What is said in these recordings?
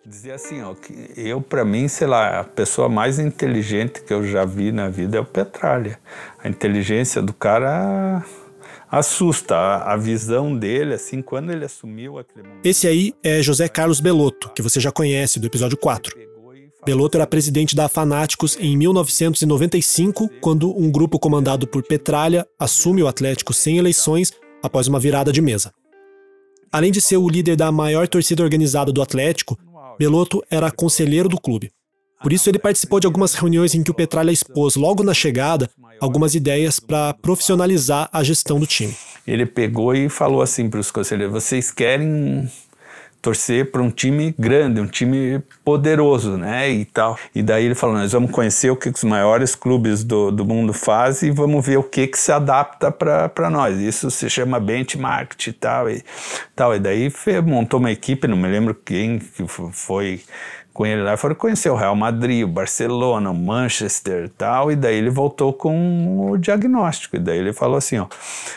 Dizer assim, ó, que eu, para mim, sei lá, a pessoa mais inteligente que eu já vi na vida é o Petralha. A inteligência do cara assusta, a visão dele, assim, quando ele assumiu aquele momento. Esse aí é José Carlos Belotto, que você já conhece do episódio 4. Belotto era presidente da Fanáticos em 1995, quando um grupo comandado por Petralha assume o Atlético sem eleições após uma virada de mesa. Além de ser o líder da maior torcida organizada do Atlético, Belotto era conselheiro do clube. Por isso ele participou de algumas reuniões em que o Petralha expôs, logo na chegada, algumas ideias para profissionalizar a gestão do time. Ele pegou e falou assim para os conselheiros: vocês querem torcer para um time grande, um time poderoso, né, e tal. E daí ele falou: nós vamos conhecer o que os maiores clubes do mundo fazem e vamos ver o que se adapta para nós. Isso se chama benchmark e tal. E daí montou uma equipe, não me lembro quem que foi com ele lá, foram conhecer o Real Madrid, o Barcelona, o Manchester e tal, e daí ele voltou com o diagnóstico. E daí ele falou assim, ó: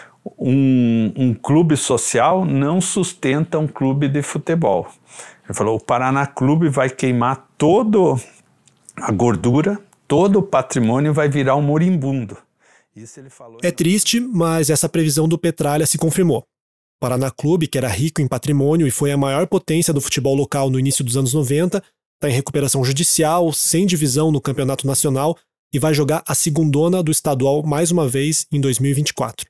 um clube social não sustenta um clube de futebol. Ele falou: o Paraná Clube vai queimar toda a gordura, todo o patrimônio vai virar um moribundo. Isso ele falou. É triste, mas essa previsão do Petralha se confirmou. O Paraná Clube, que era rico em patrimônio e foi a maior potência do futebol local no início dos anos 90, está em recuperação judicial, sem divisão no campeonato nacional e vai jogar a segundona do estadual mais uma vez em 2024.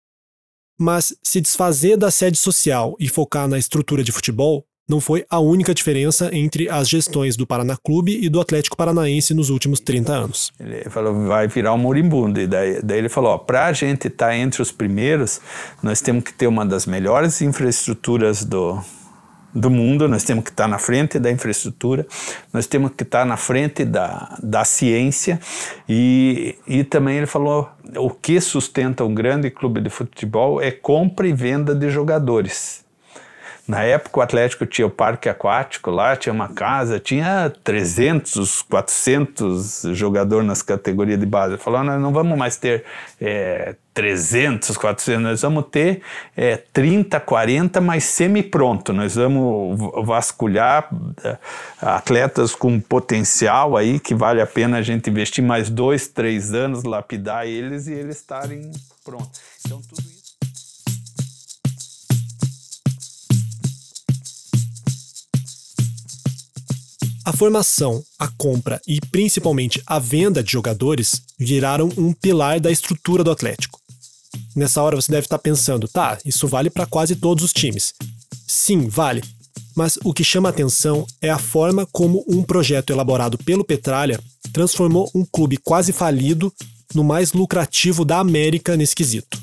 Mas se desfazer da sede social e focar na estrutura de futebol não foi a única diferença entre as gestões do Paraná Clube e do Atlético Paranaense nos últimos 30 anos. Ele falou: vai virar um moribundo. E daí ele falou: para a gente estar entre os primeiros, nós temos que ter uma das melhores infraestruturas do mundo, nós temos que estar na frente da infraestrutura, nós temos que estar na frente da ciência e também ele falou: o que sustenta um grande clube de futebol é compra e venda de jogadores. Na época o Atlético tinha o parque aquático lá, tinha uma casa, tinha 300, 400 jogadores nas categorias de base. Ele falou: nós não vamos mais ter 300, 400, nós vamos ter 30, 40, mas semi-pronto. Nós vamos vasculhar atletas com potencial aí, que vale a pena a gente investir mais 2, 3 anos, lapidar eles e eles estarem prontos. Então tudo isso. A formação, a compra e principalmente a venda de jogadores viraram um pilar da estrutura do Atlético. Nessa hora você deve estar pensando: tá, isso vale para quase todos os times. Sim, vale. Mas o que chama a atenção é a forma como um projeto elaborado pelo Petralha transformou um clube quase falido no mais lucrativo da América nesse quesito.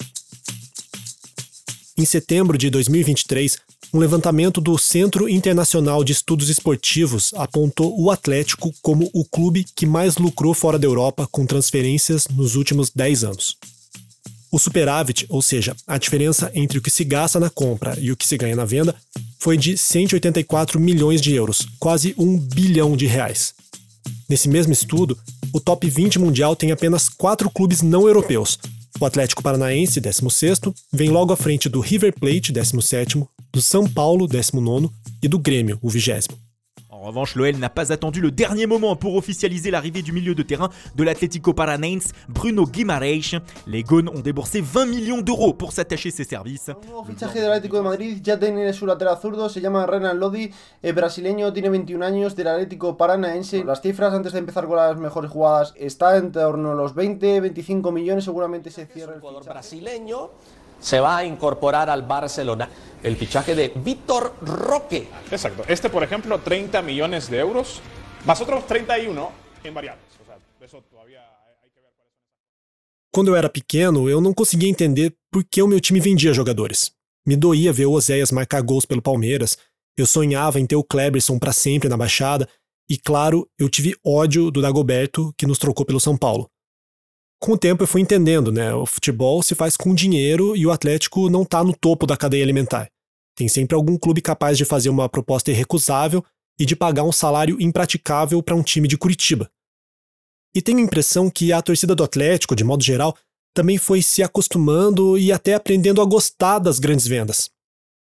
Em setembro de 2023, um levantamento do Centro Internacional de Estudos Esportivos apontou o Atlético como o clube que mais lucrou fora da Europa com transferências nos últimos 10 anos. O superávit, ou seja, a diferença entre o que se gasta na compra e o que se ganha na venda, foi de 184 milhões de euros, quase R$1 bilhão. Nesse mesmo estudo, o top 20 mundial tem apenas 4 clubes não europeus. O Atlético Paranaense, 16º, vem logo à frente do River Plate, 17º, do São Paulo, 19º, e do Grêmio, o 20º. En revanche, l'OL n'a pas attendu le dernier moment pour officialiser l'arrivée du milieu de terrain de l'Atlético Paranaense, Bruno Guimaraes. Les Gones ont déboursé 20 millions d'euros pour s'attacher ses services. El nuevo fichaje del Atlético de Madrid ya tiene su lateral zurdo, se llama Renan Lodi, brasileño, tiene 21 años, del Atlético Paranaense. Las cifras antes de empezar con las mejores jugadas está en torno a los 20, 25 millones, seguramente se cierra el fichaje. Brasileño se va a incorporar al Barcelona. El fichaje de Víctor Roque. Exacto. Este, por ejemplo, 30 millones de euros, más otros 31 en variables. O sea, eso todavía hay que ver cuáles son. Quando eu era pequeno, eu não conseguia entender por que o meu time vendia jogadores. Me doía ver o Oséias marcar gols pelo Palmeiras, eu sonhava em ter o Kleberson para sempre na Baixada, e claro, eu tive ódio do Dagoberto, que nos trocou pelo São Paulo. Com o tempo eu fui entendendo, né? O futebol se faz com dinheiro e o Atlético não está no topo da cadeia alimentar. Tem sempre algum clube capaz de fazer uma proposta irrecusável e de pagar um salário impraticável para um time de Curitiba. E tenho a impressão que a torcida do Atlético, de modo geral, também foi se acostumando e até aprendendo a gostar das grandes vendas.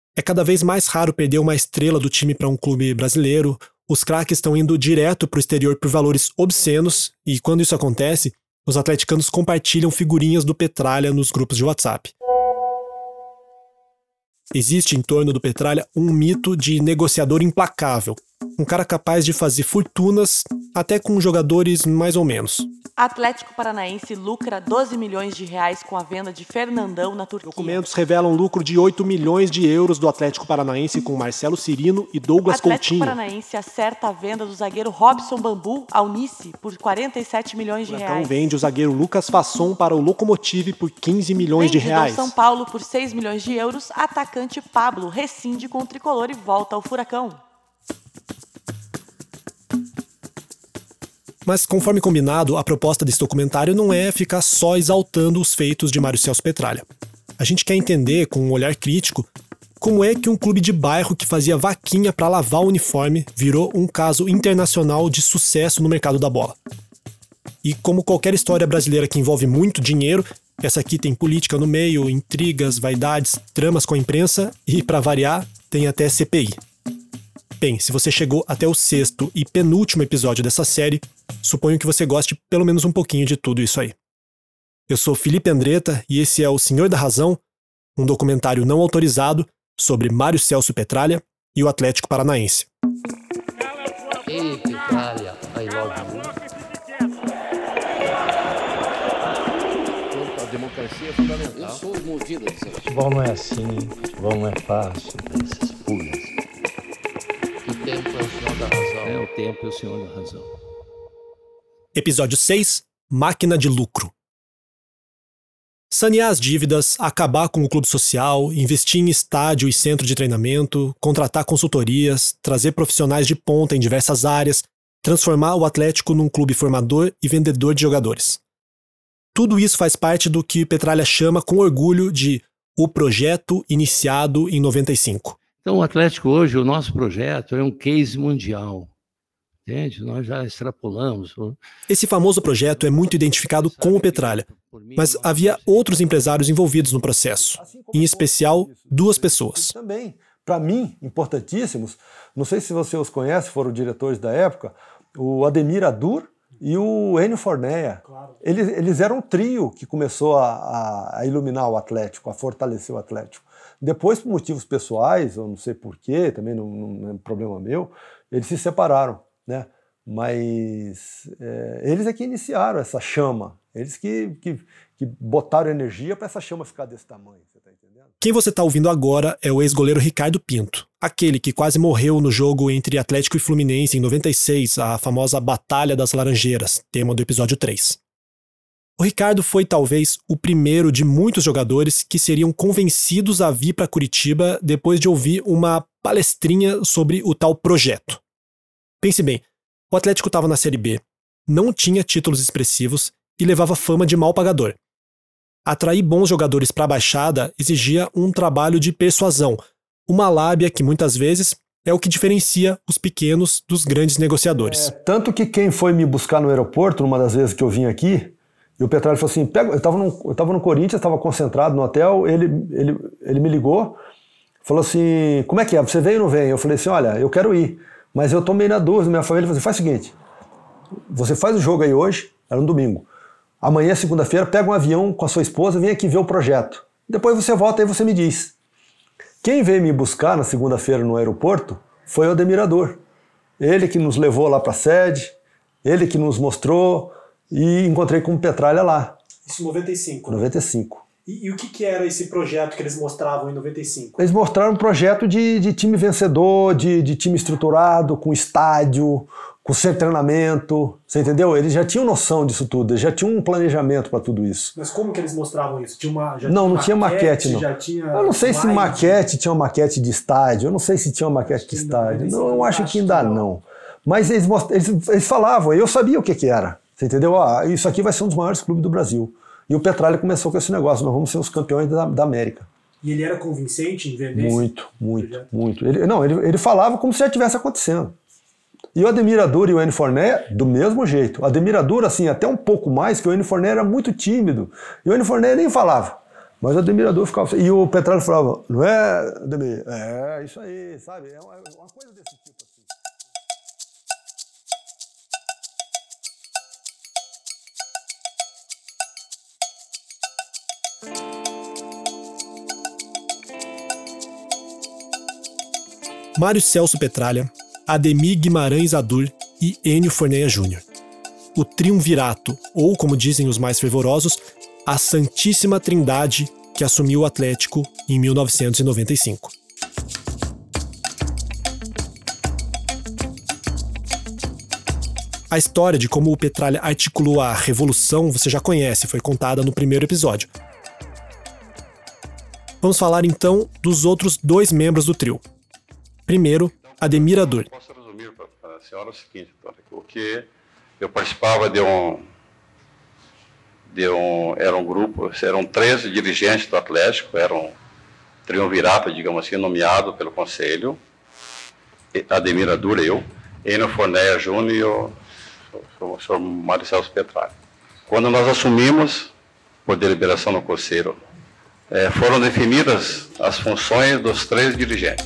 É cada vez mais raro perder uma estrela do time para um clube brasileiro, os craques estão indo direto para o exterior por valores obscenos e, quando isso acontece, os atleticanos compartilham figurinhas do Petralha nos grupos de WhatsApp. Existe em torno do Petralha um mito de negociador implacável, um cara capaz de fazer fortunas até com jogadores mais ou menos. Atlético Paranaense lucra 12 milhões de reais com a venda de Fernandão na Turquia. Documentos revelam lucro de 8 milhões de euros do Atlético Paranaense com Marcelo Cirino e Douglas Coutinho. O Atlético Paranaense acerta a venda do zagueiro Robson Bambu ao Nice por 47 milhões de reais. Então vende o zagueiro Lucas Fasson para o Lokomotiv por 15 milhões de reais. São Paulo por 6 milhões de euros, atacante Pablo rescinde com o tricolor e volta ao Furacão. Mas, conforme combinado, a proposta desse documentário não é ficar só exaltando os feitos de Mário Celso Petralha. A gente quer entender, com um olhar crítico, como é que um clube de bairro que fazia vaquinha para lavar o uniforme virou um caso internacional de sucesso no mercado da bola. E como qualquer história brasileira que envolve muito dinheiro, essa aqui tem política no meio, intrigas, vaidades, tramas com a imprensa e, para variar, tem até CPI. Bem, se você chegou até o 6º e penúltimo episódio dessa série, suponho que você goste pelo menos um pouquinho de tudo isso aí. Eu sou Felipe Andretta e esse é O Senhor da Razão, um documentário não autorizado sobre Mário Celso Petralha e o Atlético Paranaense. Ei, Petralha, I love you. A democracia é fundamental. Eu sou movido a dizer. Futebol não é assim, futebol não é fácil, tem essas pulgas. O tempo é o senhor da razão. É, o tempo é o senhor da razão. Episódio 6, Máquina de Lucro. Sanear as dívidas, acabar com o clube social, investir em estádio e centro de treinamento, contratar consultorias, trazer profissionais de ponta em diversas áreas, transformar o Atlético num clube formador e vendedor de jogadores. Tudo isso faz parte do que Petralha chama com orgulho de o projeto iniciado em 95. Então o Atlético hoje, o nosso projeto é um case mundial. Entende? Nós já extrapolamos. Esse famoso projeto é muito identificado com o Petralha, mas havia outros empresários envolvidos no processo, em especial 2 pessoas. Também, para mim, importantíssimos, não sei se você os conhece, foram diretores da época, o Ademir Adur e o Ennio Fornea. Claro. Eles eram um trio que começou a iluminar o Atlético, a fortalecer o Atlético. Depois, por motivos pessoais, eu não sei porquê, também não é problema meu, eles se separaram, né? Mas eles é que iniciaram essa chama, eles que botaram energia para essa chama ficar desse tamanho, você tá entendendo? Quem você está ouvindo agora é o ex-goleiro Ricardo Pinto, aquele que quase morreu no jogo entre Atlético e Fluminense em 96, a famosa Batalha das Laranjeiras, tema do episódio 3. O Ricardo foi talvez o primeiro de muitos jogadores que seriam convencidos a vir para Curitiba depois de ouvir uma palestrinha sobre o tal projeto. Pense bem, o Atlético estava na Série B, não tinha títulos expressivos e levava fama de mal pagador. Atrair bons jogadores para a Baixada exigia um trabalho de persuasão, uma lábia que muitas vezes é o que diferencia os pequenos dos grandes negociadores. Tanto que quem foi me buscar no aeroporto, numa das vezes que eu vim aqui, e o Petralha falou assim, eu estava no Corinthians, estava concentrado no hotel, ele me ligou, falou assim, como é que é, você vem ou não vem? Eu falei assim, olha, eu quero ir, mas eu estou meio na dúvida, minha família falou assim, faz o seguinte, você faz o jogo aí hoje, era um domingo, amanhã, segunda-feira, pega um avião com a sua esposa, vem aqui ver o projeto, depois você volta e você me diz. Quem veio me buscar na segunda-feira no aeroporto foi o Ademir Adur, ele que nos levou lá para a sede, ele que nos mostrou, e encontrei com o Petralha lá. Isso em 95? 95. E o que era esse projeto que eles mostravam em 95? Eles mostraram um projeto de time vencedor, de time estruturado, com estádio, com centro de treinamento, você entendeu? Eles já tinham noção disso tudo, eles já tinham um planejamento para tudo isso. Mas como que eles mostravam isso? Não tinha maquete, não. Eu não sei se maquete tinha uma maquete de estádio, eu não sei se tinha uma maquete de estádio, eu acho que ainda não. Mas eles falavam, eu sabia o que era. Você entendeu? Isso aqui vai ser um dos maiores clubes do Brasil. E o Petralha começou com esse negócio, nós vamos ser os campeões da América. E ele era convincente em vender muito. Ele falava como se já estivesse acontecendo. E o Ademir Adur e o Ennio Fornea, do mesmo jeito. O Ademir Adur, assim, até um pouco mais, que o Ennio Fornea era muito tímido. E o Ennio Fornea nem falava. Mas o Ademir Adur ficava... E o Petralha falava, não é, Ademir? É, isso aí, sabe? É uma coisa desse tipo assim. Mário Celso Petralha, Ademir Guimarães Adur e Enio Forneia Júnior. O triunvirato, ou como dizem os mais fervorosos, a Santíssima Trindade que assumiu o Atlético em 1995. A história de como o Petralha articulou a revolução você já conhece, foi contada no primeiro episódio. Vamos falar então dos outros 2 membros do trio. Primeiro, Ademir Adur. Posso resumir para a senhora o seguinte, porque eu participava era um grupo, eram 13 dirigentes do Atlético, era um triunvirato, digamos assim, nomeado pelo Conselho, Ademir Adur, eu, Enio Forneia Júnior e o senhor Mário Celso Petralha. Quando nós assumimos, por deliberação no Conselho, foram definidas as funções dos 3 dirigentes.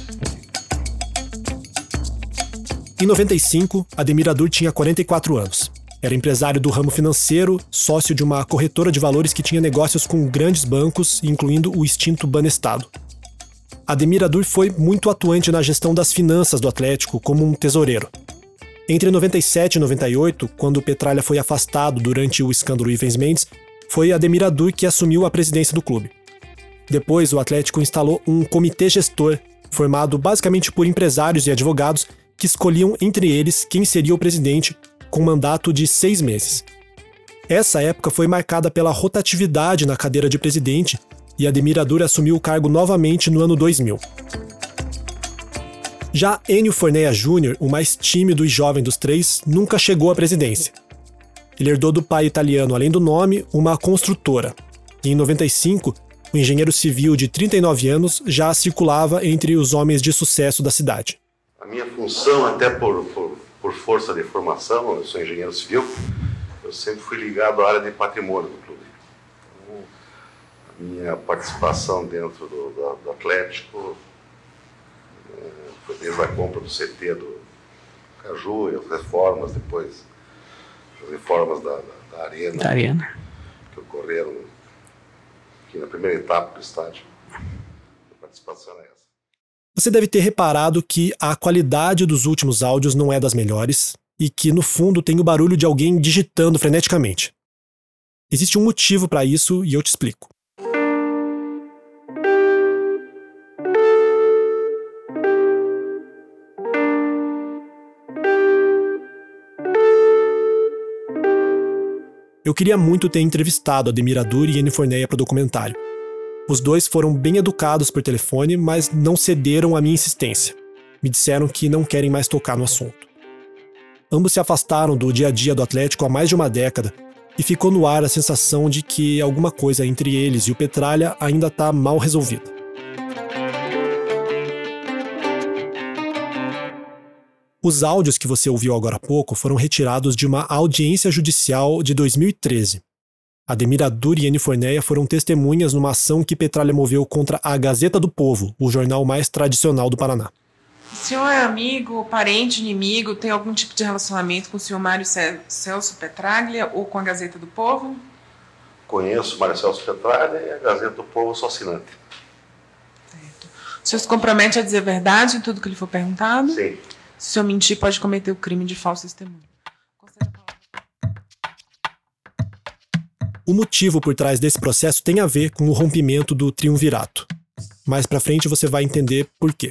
Em 95, Ademir Adur tinha 44 anos. Era empresário do ramo financeiro, sócio de uma corretora de valores que tinha negócios com grandes bancos, incluindo o extinto Banestado. Ademir Adur foi muito atuante na gestão das finanças do Atlético como um tesoureiro. Entre 97 e 98, quando o Petralha foi afastado durante o escândalo Ivens Mendes, foi Ademir Adur que assumiu a presidência do clube. Depois, o Atlético instalou um comitê gestor, formado basicamente por empresários e advogados que escolhiam entre eles quem seria o presidente, com um mandato de 6 meses. Essa época foi marcada pela rotatividade na cadeira de presidente e Ademir Adur assumiu o cargo novamente no ano 2000. Já Enio Forneia Júnior, o mais tímido e jovem dos 3, nunca chegou à presidência. Ele herdou do pai italiano, além do nome, uma construtora. E em 95, o engenheiro civil de 39 anos já circulava entre os homens de sucesso da cidade. A minha função, até por força de formação, eu sou engenheiro civil, eu sempre fui ligado à área de patrimônio do clube. Então, a minha participação dentro do Atlético foi desde a compra do CT do Caju e as reformas, depois as reformas da Arena, que ocorreram aqui na primeira etapa do estádio. A participação é essa. Você deve ter reparado que a qualidade dos últimos áudios não é das melhores e que, no fundo, tem o barulho de alguém digitando freneticamente. Existe um motivo para isso e eu te explico. Eu queria muito ter entrevistado Ademir Adur e Enio Forneia para o documentário. Os 2 foram bem educados por telefone, mas não cederam à minha insistência. Me disseram que não querem mais tocar no assunto. Ambos se afastaram do dia a dia do Atlético há mais de uma década e ficou no ar a sensação de que alguma coisa entre eles e o Petralha ainda está mal resolvida. Os áudios que você ouviu agora há pouco foram retirados de uma audiência judicial de 2013. Ademir Adur e Enio Forneia foram testemunhas numa ação que Petralha moveu contra a Gazeta do Povo, o jornal mais tradicional do Paraná. O senhor é amigo, parente, inimigo, tem algum tipo de relacionamento com o senhor Mário Celso Petralha ou com a Gazeta do Povo? Conheço o Mário Celso Petralha e a Gazeta do Povo, sou assinante. Certo. O senhor se compromete a dizer a verdade em tudo que lhe for perguntado? Sim. Se o senhor mentir, pode cometer o crime de falso testemunho. O motivo por trás desse processo tem a ver com o rompimento do triunvirato. Mais pra frente você vai entender por quê.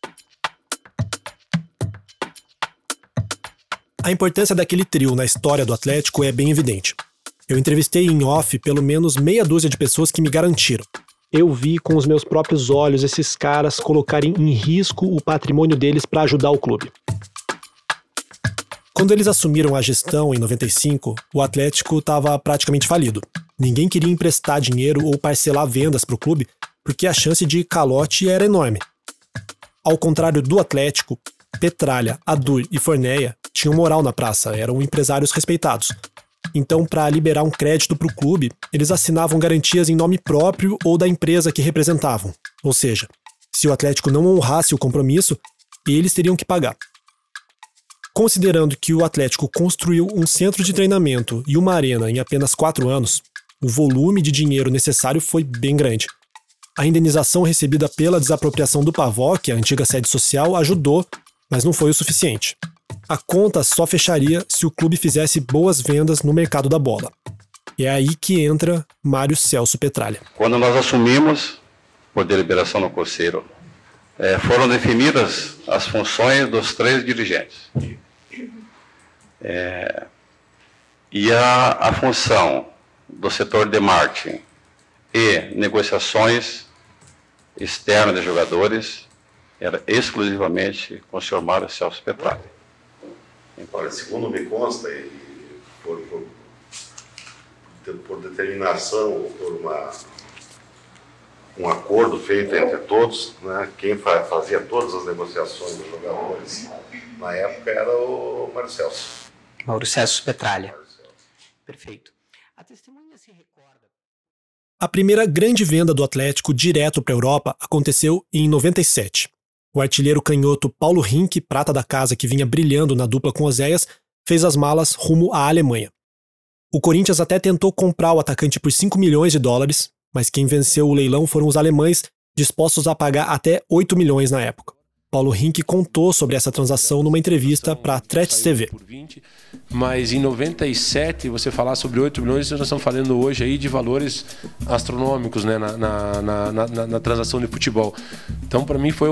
A importância daquele trio na história do Atlético é bem evidente. Eu entrevistei em off pelo menos meia dúzia de pessoas que me garantiram. Eu vi com os meus próprios olhos esses caras colocarem em risco o patrimônio deles para ajudar o clube. Quando eles assumiram a gestão em 95, o Atlético estava praticamente falido. Ninguém queria emprestar dinheiro ou parcelar vendas para o clube, porque a chance de calote era enorme. Ao contrário do Atlético, Petralha, Adur e Forneia tinham moral na praça, eram empresários respeitados. Então, para liberar um crédito para o clube, eles assinavam garantias em nome próprio ou da empresa que representavam. Ou seja, se o Atlético não honrasse o compromisso, eles teriam que pagar. Considerando que o Atlético construiu um centro de treinamento e uma arena em apenas 4 anos, o volume de dinheiro necessário foi bem grande. A indenização recebida pela desapropriação do PAVOC, a antiga sede social, ajudou, mas não foi o suficiente. A conta só fecharia se o clube fizesse boas vendas no mercado da bola. E é aí que entra Mário Celso Petralha. Quando nós assumimos, por deliberação no Conselho, foram definidas as funções dos 3 dirigentes. E a função do setor de marketing e negociações externas de jogadores era exclusivamente com o senhor Mário Celso Petralha. Olha, segundo me consta, e por determinação, por um acordo feito entre todos, né, quem fazia todas as negociações dos jogadores na época era o Mário Celso. Mário Celso Petralha. Perfeito. A testemunha se recorda. A primeira grande venda do Atlético direto para a Europa aconteceu em 97. O artilheiro canhoto Paulo Rink, prata da casa que vinha brilhando na dupla com Oséias, fez as malas rumo à Alemanha. O Corinthians até tentou comprar o atacante por 5 milhões de dólares, mas quem venceu o leilão foram os alemães, dispostos a pagar até 8 milhões na época. Paulo Rink contou sobre essa transação numa entrevista para a Tretz TV. Mas em 97, você falar sobre 8 milhões, nós estamos falando hoje aí de valores astronômicos, né, na transação de futebol. Então, para mim, foi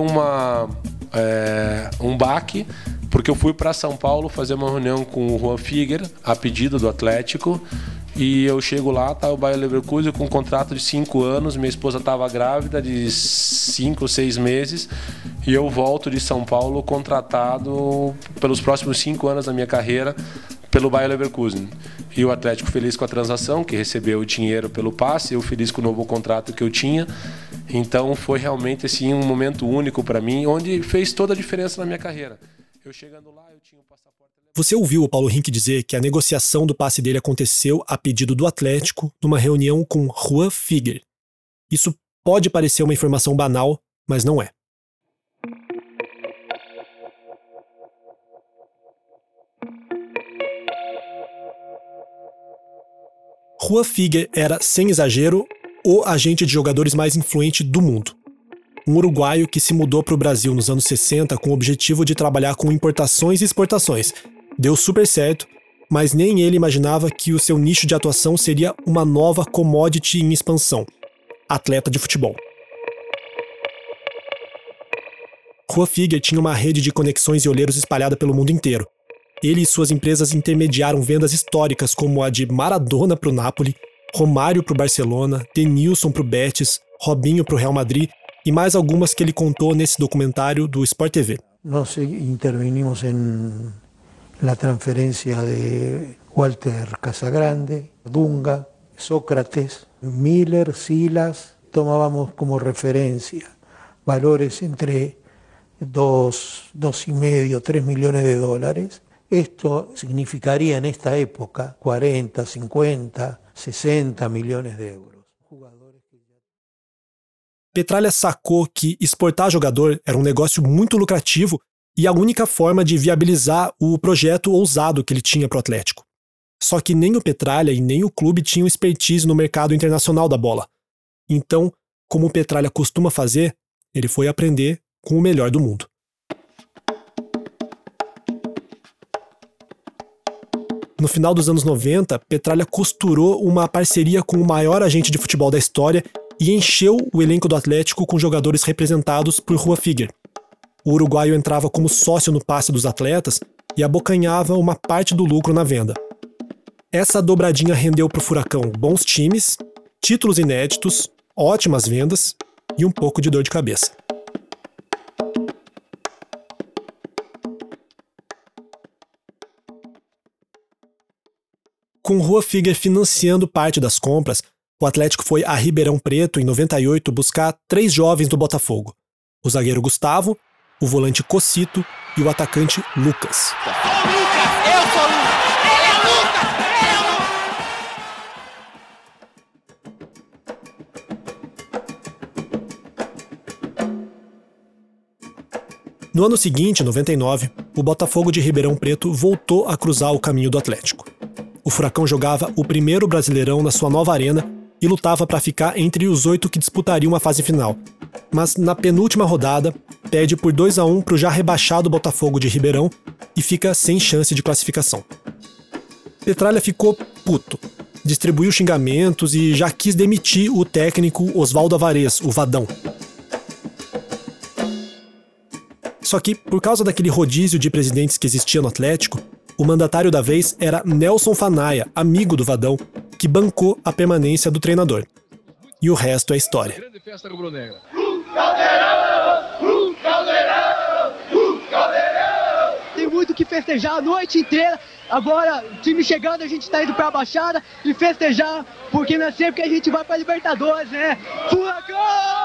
um baque, porque eu fui para São Paulo fazer uma reunião com o Juan Figuer, a pedido do Atlético, e eu chego lá, tá o Bayer Leverkusen com um contrato de 5 anos, minha esposa estava grávida de 5 ou 6 meses, e eu volto de São Paulo contratado pelos próximos 5 anos da minha carreira pelo Bayer Leverkusen. E o Atlético feliz com a transação, que recebeu o dinheiro pelo passe, eu feliz com o novo contrato que eu tinha. Então foi realmente assim, um momento único para mim, onde fez toda a diferença na minha carreira. Eu chegando lá, eu tinha um passaporte... Você ouviu o Paulo Rink dizer que a negociação do passe dele aconteceu a pedido do Atlético numa reunião com Juan Figuer. Isso pode parecer uma informação banal, mas não é. Juan Figuer era, sem exagero, o agente de jogadores mais influente do mundo. Um uruguaio que se mudou para o Brasil nos anos 60 com o objetivo de trabalhar com importações e exportações. Deu super certo, mas nem ele imaginava que o seu nicho de atuação seria uma nova commodity em expansão: atleta de futebol. Juan Figuer tinha uma rede de conexões e olheiros espalhada pelo mundo inteiro. Ele e suas empresas intermediaram vendas históricas como a de Maradona para o Napoli, Romário para o Barcelona, Denilson para o Betis, Robinho para o Real Madrid e mais algumas que ele contou nesse documentário do Sport TV. Nós intervinimos em la transferencia de Walter Casagrande, Dunga, Sócrates, Miller, Silas. Tomábamos como referencia valores entre 2,5, 3 millones de dólares. Esto significaría en esta época 40, 50, 60 millones de euros. Petralha sacou que exportar jogador era um negócio muito lucrativo e a única forma de viabilizar o projeto ousado que ele tinha para o Atlético. Só que nem o Petralha e nem o clube tinham expertise no mercado internacional da bola. Então, como o Petralha costuma fazer, ele foi aprender com o melhor do mundo. No final dos anos 90, Petralha costurou uma parceria com o maior agente de futebol da história e encheu o elenco do Atlético com jogadores representados por Juan Figuer. O uruguaio entrava como sócio no passe dos atletas e abocanhava uma parte do lucro na venda. Essa dobradinha rendeu para o Furacão bons times, títulos inéditos, ótimas vendas e um pouco de dor de cabeça. Com Juan Figuer financiando parte das compras, o Atlético foi a Ribeirão Preto, em 98, buscar 3 jovens do Botafogo: o zagueiro Gustavo, o volante Cocito e o atacante Lucas. Eu sou o Lucas! Ele é o Lucas! Ele é o Lucas! No ano seguinte, 99, o Botafogo de Ribeirão Preto voltou a cruzar o caminho do Atlético. O Furacão jogava o primeiro Brasileirão na sua nova arena e lutava para ficar entre os 8 que disputariam a fase final. Mas na penúltima rodada, perde por 2-1 para o já rebaixado Botafogo de Ribeirão e fica sem chance de classificação. Petralha ficou puto, distribuiu xingamentos e já quis demitir o técnico Oswaldo Avarez, o Vadão. Só que, por causa daquele rodízio de presidentes que existia no Atlético, o mandatário da vez era Nelson Fanaia, amigo do Vadão, que bancou a permanência do treinador. E o resto é história. Grande festa rubro-negra. Tem muito que festejar a noite inteira. Agora, o time chegando, a gente está indo para a Baixada e festejar, porque não é sempre que a gente vai para Libertadores, né? Furacão!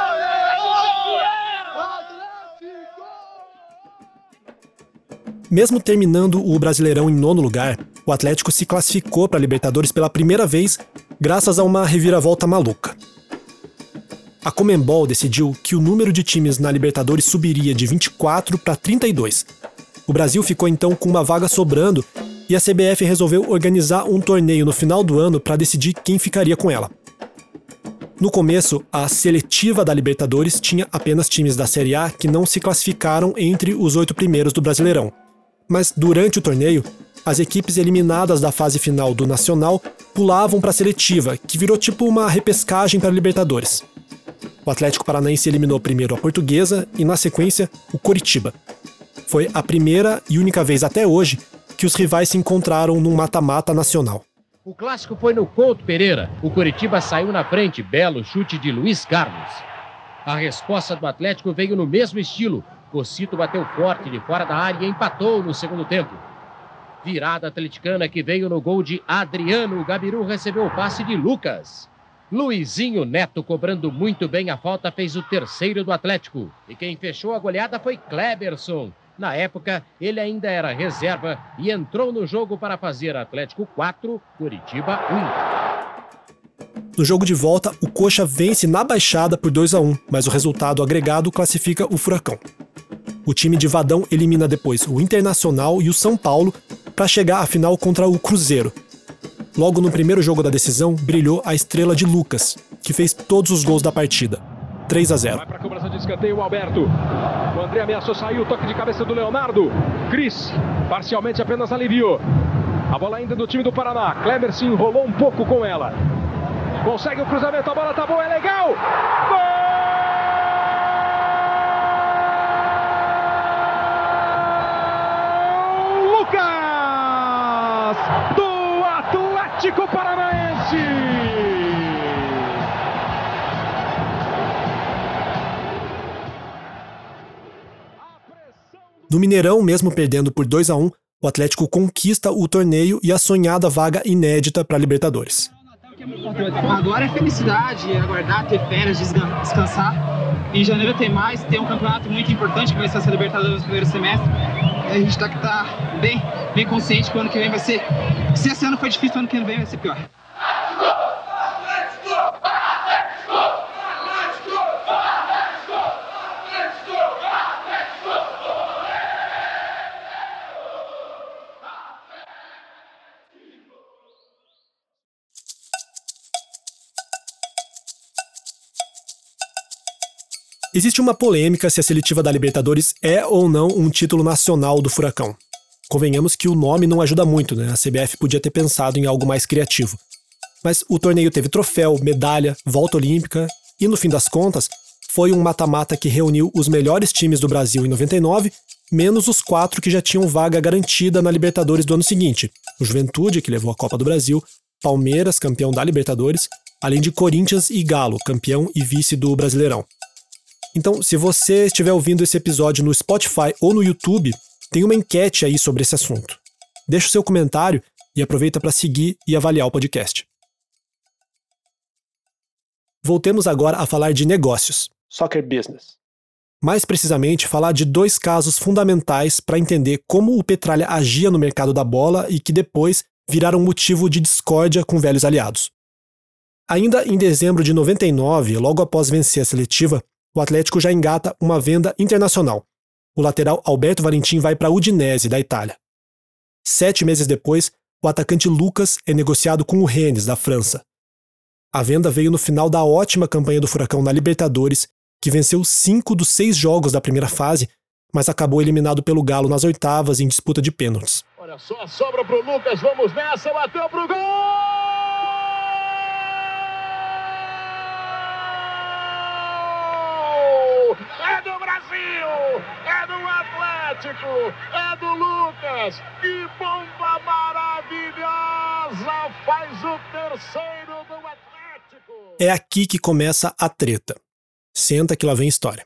Mesmo terminando o Brasileirão em 9º lugar, o Atlético se classificou para a Libertadores pela primeira vez graças a uma reviravolta maluca. A Conmebol decidiu que o número de times na Libertadores subiria de 24 para 32. O Brasil ficou então com uma vaga sobrando e a CBF resolveu organizar um torneio no final do ano para decidir quem ficaria com ela. No começo, a seletiva da Libertadores tinha apenas times da Série A que não se classificaram entre os 8 primeiros do Brasileirão. Mas durante o torneio, as equipes eliminadas da fase final do Nacional pulavam para a seletiva, que virou tipo uma repescagem para a Libertadores. O Atlético Paranaense eliminou primeiro a Portuguesa e, na sequência, o Coritiba. Foi a primeira e única vez até hoje que os rivais se encontraram num mata-mata nacional. O clássico foi no Couto Pereira. O Coritiba saiu na frente, belo chute de Luiz Carlos. A resposta do Atlético veio no mesmo estilo. Cocito bateu forte de fora da área e empatou no segundo tempo. Virada atleticana que veio no gol de Adriano. O Gabiru recebeu o passe de Lucas. Luizinho Neto, cobrando muito bem a falta, fez o terceiro do Atlético. E quem fechou a goleada foi Kleberson. Na época, ele ainda era reserva e entrou no jogo para fazer Atlético 4, Coritiba 1. No jogo de volta, o Coxa vence na Baixada por 2-1, mas o resultado agregado classifica o Furacão. O time de Vadão elimina depois o Internacional e o São Paulo para chegar à final contra o Cruzeiro. Logo no primeiro jogo da decisão, brilhou a estrela de Lucas, que fez todos os gols da partida. 3-0. Vai para a cobrança de escanteio o Alberto. O André ameaçou, saiu, toque de cabeça do Leonardo. Cris, parcialmente apenas aliviou. A bola ainda do time do Paraná. Kleber se enrolou um pouco com ela. Consegue o cruzamento, a bola tá boa, é legal! Gol! Lucas! Do Atlético Paranaense! No Mineirão, mesmo perdendo por 2-1, o Atlético conquista o torneio e a sonhada vaga inédita para a Libertadores. Agora é felicidade, aguardar, ter férias, descansar. Em janeiro tem mais, tem um campeonato muito importante que vai ser a Libertadores no primeiro semestre. E a gente tá bem consciente que o ano que vem vai ser... Se esse ano foi difícil, o ano que vem vai ser pior. Existe uma polêmica se a seletiva da Libertadores é ou não um título nacional do Furacão. Convenhamos que o nome não ajuda muito, né? A CBF podia ter pensado em algo mais criativo. Mas o torneio teve troféu, medalha, volta olímpica e, no fim das contas, foi um mata-mata que reuniu os melhores times do Brasil em 99, menos os 4 que já tinham vaga garantida na Libertadores do ano seguinte. O Juventude, que levou a Copa do Brasil, Palmeiras, campeão da Libertadores, além de Corinthians e Galo, campeão e vice do Brasileirão. Então, se você estiver ouvindo esse episódio no Spotify ou no YouTube, tem uma enquete aí sobre esse assunto. Deixa o seu comentário e aproveita para seguir e avaliar o podcast. Voltemos agora a falar de negócios. Soccer business. Mais precisamente, falar de 2 casos fundamentais para entender como o Petralha agia no mercado da bola e que depois viraram motivo de discórdia com velhos aliados. Ainda em dezembro de 99, logo após vencer a seletiva, o Atlético já engata uma venda internacional. o lateral Alberto Valentim vai para a Udinese, da Itália. 7 meses depois, o atacante Lucas é negociado com o Rennes, da França. A venda veio no final da ótima campanha do Furacão na Libertadores, que venceu 5 dos 6 jogos da primeira fase, mas acabou eliminado pelo Galo nas oitavas em disputa de pênaltis. Olha só, sobra pro Lucas, vamos nessa, bateu pro gol! É do Brasil, é do Atlético, é do Lucas, que bomba maravilhosa, faz o terceiro do Atlético. É aqui que começa a treta. Senta que lá vem história.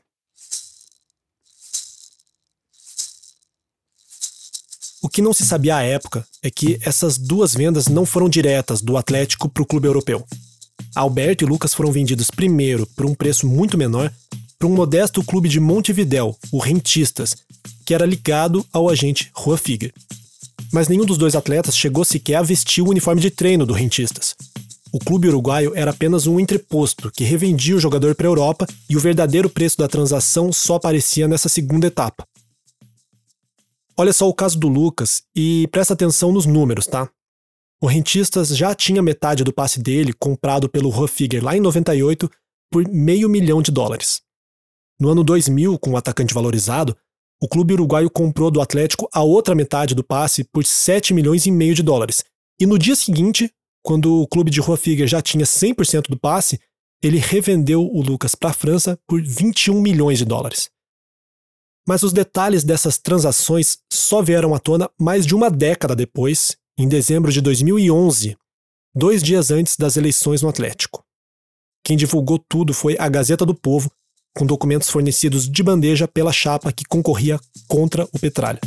O que não se sabia à época é que essas duas vendas não foram diretas do Atlético para o clube europeu. Alberto e Lucas foram vendidos primeiro por um preço muito menor para um modesto clube de Montevidéu, o Rentistas, que era ligado ao agente Juan Figuer. Mas nenhum dos dois atletas chegou sequer a vestir o uniforme de treino do Rentistas. O clube uruguaio era apenas um entreposto que revendia o jogador para a Europa e o verdadeiro preço da transação só aparecia nessa segunda etapa. Olha só o caso do Lucas e presta atenção nos números, tá? O Rentistas já tinha metade do passe dele comprado pelo Juan Figuer lá em 98 por $500 mil. No ano 2000, com o atacante valorizado, o clube uruguaio comprou do Atlético a outra metade do passe por $7,5 milhões. E no dia seguinte, quando o clube de Juan Figuer já tinha 100% do passe, ele revendeu o Lucas para a França por $21 milhões. Mas os detalhes dessas transações só vieram à tona mais de uma década depois, em dezembro de 2011, 2 dias antes das eleições no Atlético. Quem divulgou tudo foi a Gazeta do Povo, com documentos fornecidos de bandeja pela chapa que concorria contra o Petralha.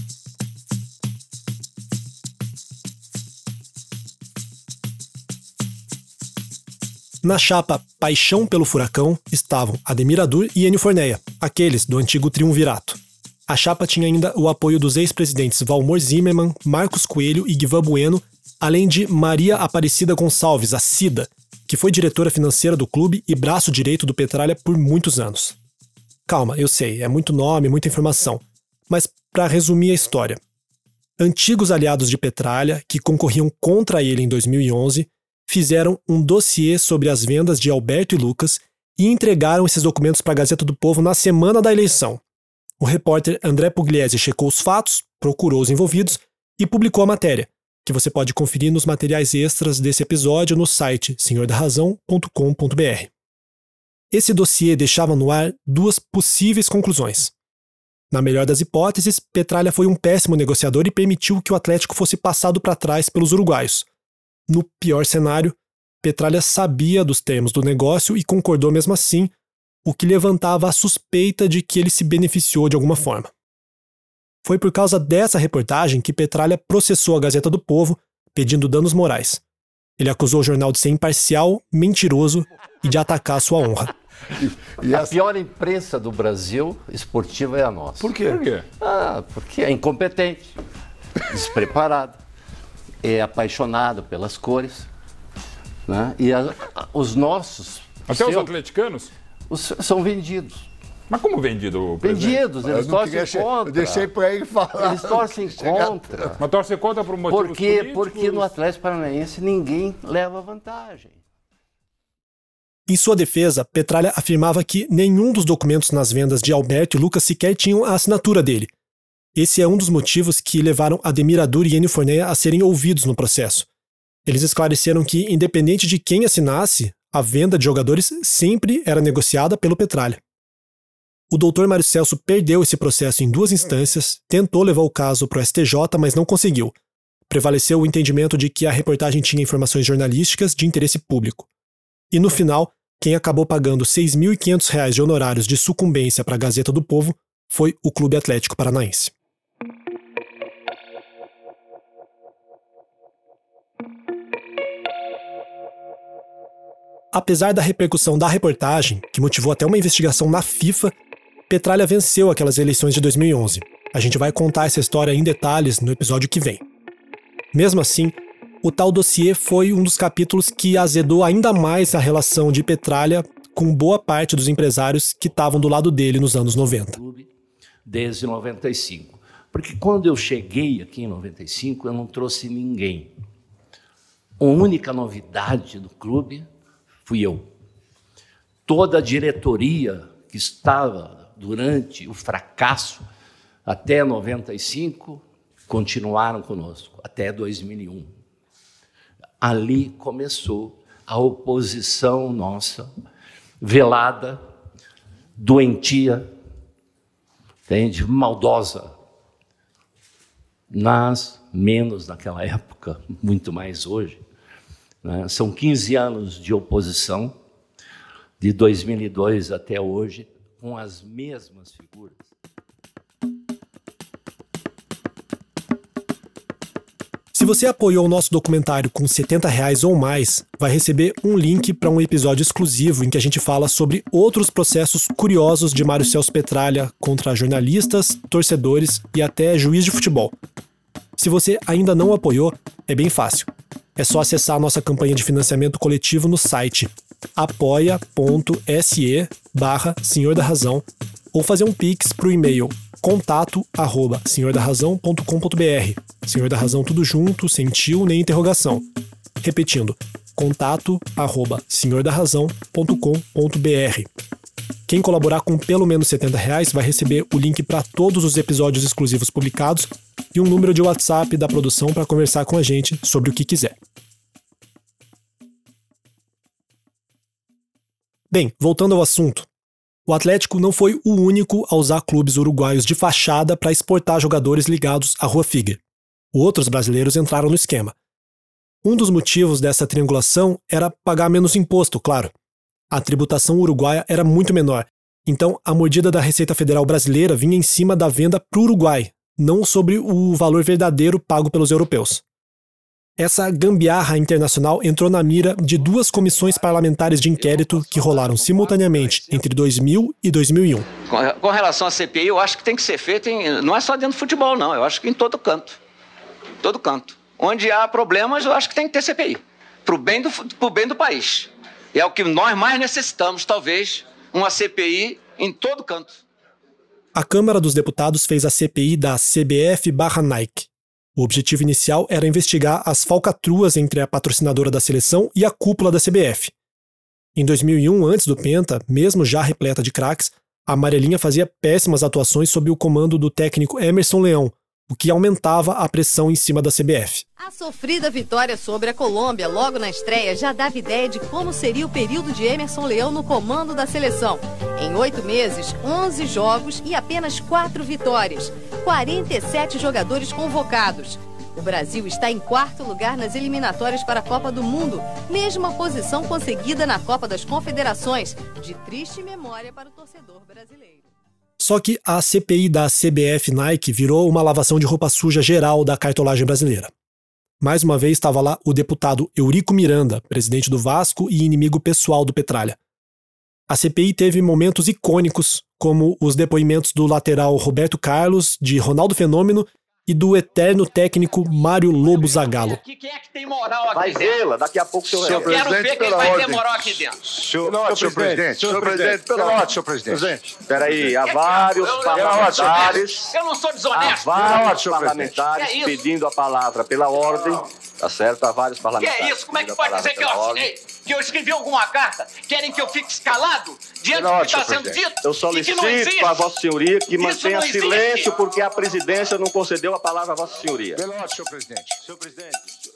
Na chapa Paixão pelo Furacão estavam Ademir Adur e Ennio Forneia, aqueles do antigo triunvirato. A chapa tinha ainda o apoio dos ex-presidentes Valmor Zimmermann, Marcos Coelho e Guivan Bueno, além de Maria Aparecida Gonçalves, a Cida, que foi diretora financeira do clube e braço direito do Petralha por muitos anos. Calma, eu sei, é muito nome, muita informação, mas para resumir a história. Antigos aliados de Petralha, que concorriam contra ele em 2011, fizeram um dossiê sobre as vendas de Alberto e Lucas e entregaram esses documentos para a Gazeta do Povo na semana da eleição. O repórter André Pugliese checou os fatos, procurou os envolvidos e publicou a matéria, que você pode conferir nos materiais extras desse episódio no site senhordarrazão.com.br. Esse dossiê deixava no ar 2 possíveis conclusões. Na melhor das hipóteses, Petralha foi um péssimo negociador e permitiu que o Atlético fosse passado para trás pelos uruguaios. No pior cenário, Petralha sabia dos termos do negócio e concordou mesmo assim, o que levantava a suspeita de que ele se beneficiou de alguma forma. Foi por causa dessa reportagem que Petralha processou a Gazeta do Povo, pedindo danos morais. Ele acusou o jornal de ser imparcial, mentiroso e de atacar sua honra. A pior imprensa do Brasil esportiva é a nossa. Por quê? Porque é incompetente, despreparada, é apaixonado pelas cores, né? E os nossos... Até os atleticanos? São vendidos. Mas como vendido? Vendidos, eles torcem contra. Eu deixei para ele falar. Eles torcem contra. Mas torcem contra por motivos políticos? Porque no Atlético Paranaense ninguém leva vantagem. Em sua defesa, Petralha afirmava que nenhum dos documentos nas vendas de Alberto e Lucas sequer tinham a assinatura dele. Esse é um dos motivos que levaram Ademir Adur e Ennio Forneia a serem ouvidos no processo. Eles esclareceram que, independente de quem assinasse, a venda de jogadores sempre era negociada pelo Petralha. O doutor Mário Celso perdeu esse processo em 2 instâncias, tentou levar o caso para o STJ, mas não conseguiu. Prevaleceu o entendimento de que a reportagem tinha informações jornalísticas de interesse público. E no final, quem acabou pagando R$ 6.500 de honorários de sucumbência para a Gazeta do Povo foi o Clube Atlético Paranaense. Apesar da repercussão da reportagem, que motivou até uma investigação na FIFA, Petralha venceu aquelas eleições de 2011. A gente vai contar essa história em detalhes no episódio que vem. Mesmo assim, o tal dossiê foi um dos capítulos que azedou ainda mais a relação de Petralha com boa parte dos empresários que estavam do lado dele nos anos 90. desde 95. Porque quando eu cheguei aqui em 95, eu não trouxe ninguém. A única novidade do clube fui eu. Toda a diretoria que estava durante o fracasso até 95 continuaram conosco, até 2001. Ali começou a oposição nossa, velada, doentia, entende? Maldosa. Menos naquela época, muito mais hoje. Né? São 15 anos de oposição, de 2002 até hoje, com as mesmas figuras. Se você apoiou o nosso documentário com R$70 ou mais, vai receber um link para um episódio exclusivo em que a gente fala sobre outros processos curiosos de Mário Celso Petralha contra jornalistas, torcedores e até juiz de futebol. Se você ainda não apoiou, é bem fácil. É só acessar a nossa campanha de financiamento coletivo no site apoia.se/Senhor da Razão ou fazer um pix para o e-mail contato@senhordarrazão.com.br. Senhor da Razão tudo junto, sem tio nem interrogação. Repetindo, contato@senhordarrazão.com.br. Quem colaborar com pelo menos R$70 vai receber o link para todos os episódios exclusivos publicados e um número de WhatsApp da produção para conversar com a gente sobre o que quiser. Bem, voltando ao assunto. O Atlético não foi o único a usar clubes uruguaios de fachada para exportar jogadores ligados à Rua Figuer. Outros brasileiros entraram no esquema. Um dos motivos dessa triangulação era pagar menos imposto, claro. A tributação uruguaia era muito menor, então a mordida da Receita Federal brasileira vinha em cima da venda para o Uruguai, não sobre o valor verdadeiro pago pelos europeus. Essa gambiarra internacional entrou na mira de duas comissões parlamentares de inquérito que rolaram simultaneamente entre 2000 e 2001. Com relação à CPI, eu acho que tem que ser feito, não é só dentro do futebol, não. Eu acho que em todo canto. Todo canto. Onde há problemas, eu acho que tem que ter CPI. Pro bem do país. E é o que nós mais necessitamos, talvez, uma CPI em todo canto. A Câmara dos Deputados fez a CPI da CBF/Nike. O objetivo inicial era investigar as falcatruas entre a patrocinadora da seleção e a cúpula da CBF. Em 2001, antes do Penta, mesmo já repleta de craques, a amarelinha fazia péssimas atuações sob o comando do técnico Emerson Leão, o que aumentava a pressão em cima da CBF. A sofrida vitória sobre a Colômbia logo na estreia já dava ideia de como seria o período de Emerson Leão no comando da seleção. Em 8 meses, 11 jogos e apenas 4 vitórias. 47 jogadores convocados. O Brasil está em 4º lugar nas eliminatórias para a Copa do Mundo, mesma posição conseguida na Copa das Confederações, de triste memória para o torcedor brasileiro. Só que a CPI da CBF-Nike virou uma lavação de roupa suja geral da cartolagem brasileira. Mais uma vez estava lá o deputado Eurico Miranda, presidente do Vasco e inimigo pessoal do Petralha. A CPI teve momentos icônicos, como os depoimentos do lateral Roberto Carlos, de Ronaldo Fenômeno e do eterno técnico Mário Lobo Zagallo. Quem é que tem moral aqui Vai dentro? vê-la, daqui a pouco o senhor Eu quero ver quem vai ter moral aqui dentro. Senhor presidente, pela ordem, senhor presidente. Espera aí, há vários parlamentares. Eu não sou desonesto. Há vários parlamentares pedindo a palavra pela ordem. Tá certo? Há vários Que parlamentares. é isso? Como é que pode dizer que eu assinei? Que eu escrevi alguma carta? Querem que eu fique escalado diante do que está sendo dito? Eu E que solicito não existe? a Vossa Senhoria que Isso mantenha não existe. silêncio porque a presidência não concedeu a palavra a Vossa Senhoria. Pela ordem, senhor presidente. Senhor presidente.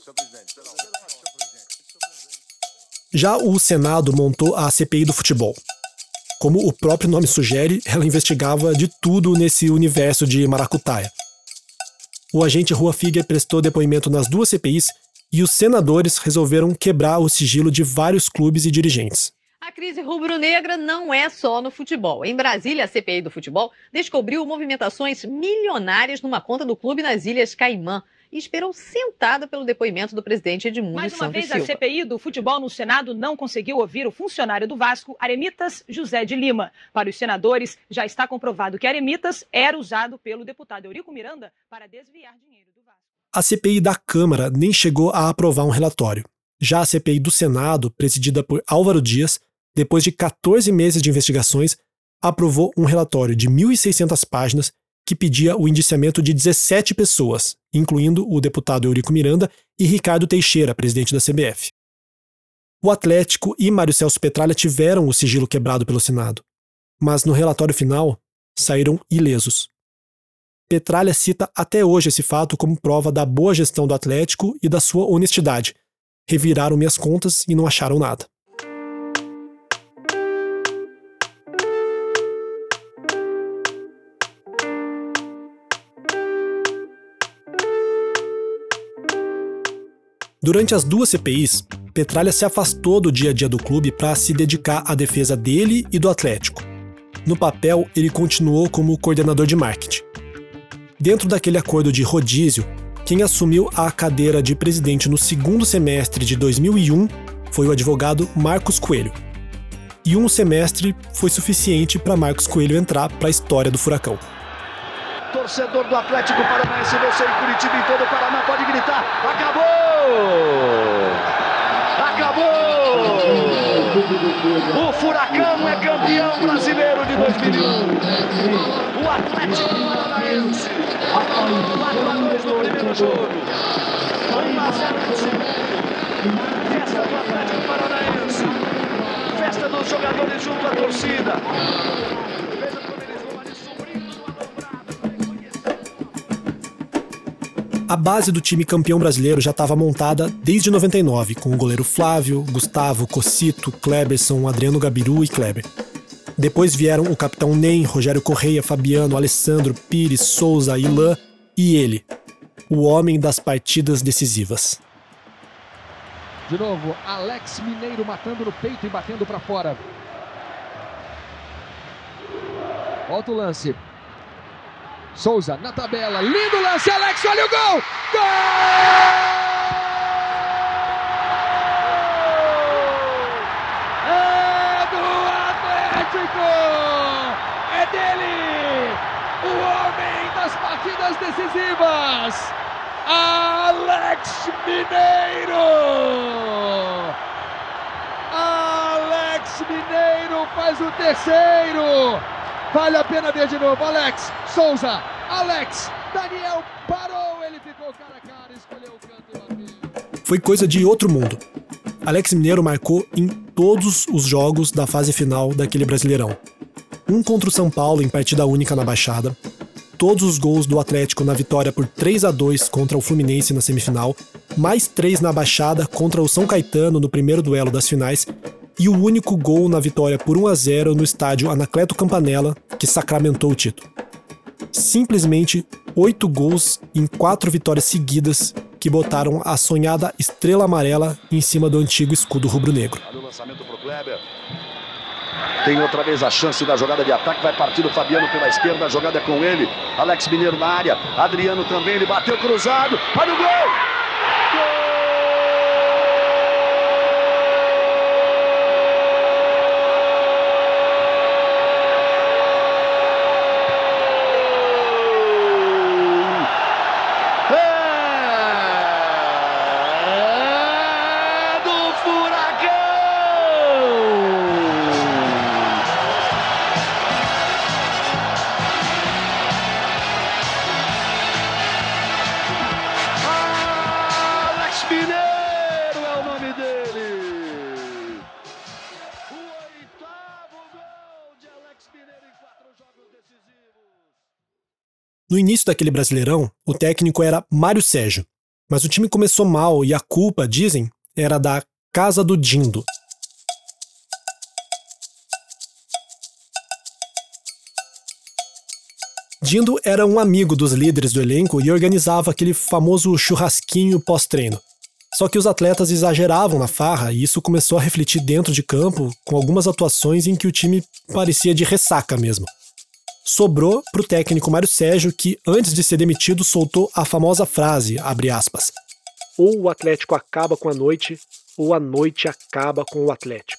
Já o Senado montou a CPI do futebol. Como o próprio nome sugere, ela investigava de tudo nesse universo de maracutaia. O agente Rua Figuer prestou depoimento nas duas CPIs e os senadores resolveram quebrar o sigilo de vários clubes e dirigentes. A crise rubro-negra não é só no futebol. Em Brasília, a CPI do futebol descobriu movimentações milionárias numa conta do clube nas Ilhas Caimã e esperou sentada pelo depoimento do presidente Edmundo Mais uma Santos vez, Silva. a CPI do futebol no Senado não conseguiu ouvir o funcionário do Vasco, Aremitas José de Lima. Para os senadores, já está comprovado que Aremitas era usado pelo deputado Eurico Miranda para desviar dinheiro do Vasco. A CPI da Câmara nem chegou a aprovar um relatório. Já a CPI do Senado, presidida por Álvaro Dias, depois de 14 meses de investigações, aprovou um relatório de 1.600 páginas que pedia o indiciamento de 17 pessoas, incluindo o deputado Eurico Miranda e Ricardo Teixeira, presidente da CBF. O Atlético e Mário Celso Petralha tiveram o sigilo quebrado pelo Senado, mas no relatório final saíram ilesos. Petralha cita até hoje esse fato como prova da boa gestão do Atlético e da sua honestidade. Reviraram minhas contas e não acharam nada. Durante as duas CPIs, Petralha se afastou do dia a dia do clube para se dedicar à defesa dele e do Atlético. No papel, ele continuou como coordenador de marketing. Dentro daquele acordo de rodízio, quem assumiu a cadeira de presidente no segundo semestre de 2001 foi o advogado Marcos Coelho. E um semestre foi suficiente para Marcos Coelho entrar para a história do Furacão. Torcedor do Atlético Paranaense, você em Curitiba, em todo o Paraná, pode gritar: acabou! Acabou! O Furacão é campeão brasileiro de 2001. O Atlético Paranaense 4-2 no primeiro jogo, 1-0 no segundo. Festa do Atlético Paranaense, festa dos jogadores junto à torcida. Veja como eles vão ali subindo no alambrado. A base do time campeão brasileiro já estava montada desde 99, com o goleiro Flávio, Gustavo, Cocito, Kleberson, Adriano Gabiru e Kleber. Depois vieram o capitão Ney, Rogério Correia, Fabiano, Alessandro, Pires, Souza, Ilan e ele, o homem das partidas decisivas. De novo, Alex Mineiro matando no peito e batendo para fora. Volta o lance. Souza na tabela, lindo lance, Alex, olha o gol! Gol! É do Atlético! É dele! O homem das partidas decisivas! Alex Mineiro! Alex Mineiro faz o terceiro! Vale a pena ver de novo, Alex, Souza, Alex, Daniel parou, ele ficou cara a cara, escolheu o canto e bateu. Foi coisa de outro mundo. Alex Mineiro marcou em todos os jogos da fase final daquele Brasileirão. Um contra o São Paulo em partida única na Baixada, todos os gols do Atlético na vitória por 3-2 contra o Fluminense na semifinal, mais 3 na Baixada contra o São Caetano no primeiro duelo das finais, e o único gol na vitória por 1-0 no estádio Anacleto Campanella, que sacramentou o título. Simplesmente 8 gols em 4 vitórias seguidas que botaram a sonhada estrela amarela em cima do antigo escudo rubro-negro. Olha o lançamento pro Kleber. Tem outra vez a chance da jogada de ataque, vai partir o Fabiano pela esquerda, a jogada é com ele. Alex Mineiro na área, Adriano também, ele bateu cruzado, olha o gol! Gol! No início daquele Brasileirão, o técnico era Mário Sérgio, mas o time começou mal e a culpa, dizem, era da Casa do Dindo. Dindo era um amigo dos líderes do elenco e organizava aquele famoso churrasquinho pós-treino. Só que os atletas exageravam na farra e isso começou a refletir dentro de campo com algumas atuações em que o time parecia de ressaca mesmo. Sobrou pro técnico Mário Sérgio que, antes de ser demitido, soltou a famosa frase, abre aspas, ou o Atlético acaba com a noite, ou a noite acaba com o Atlético.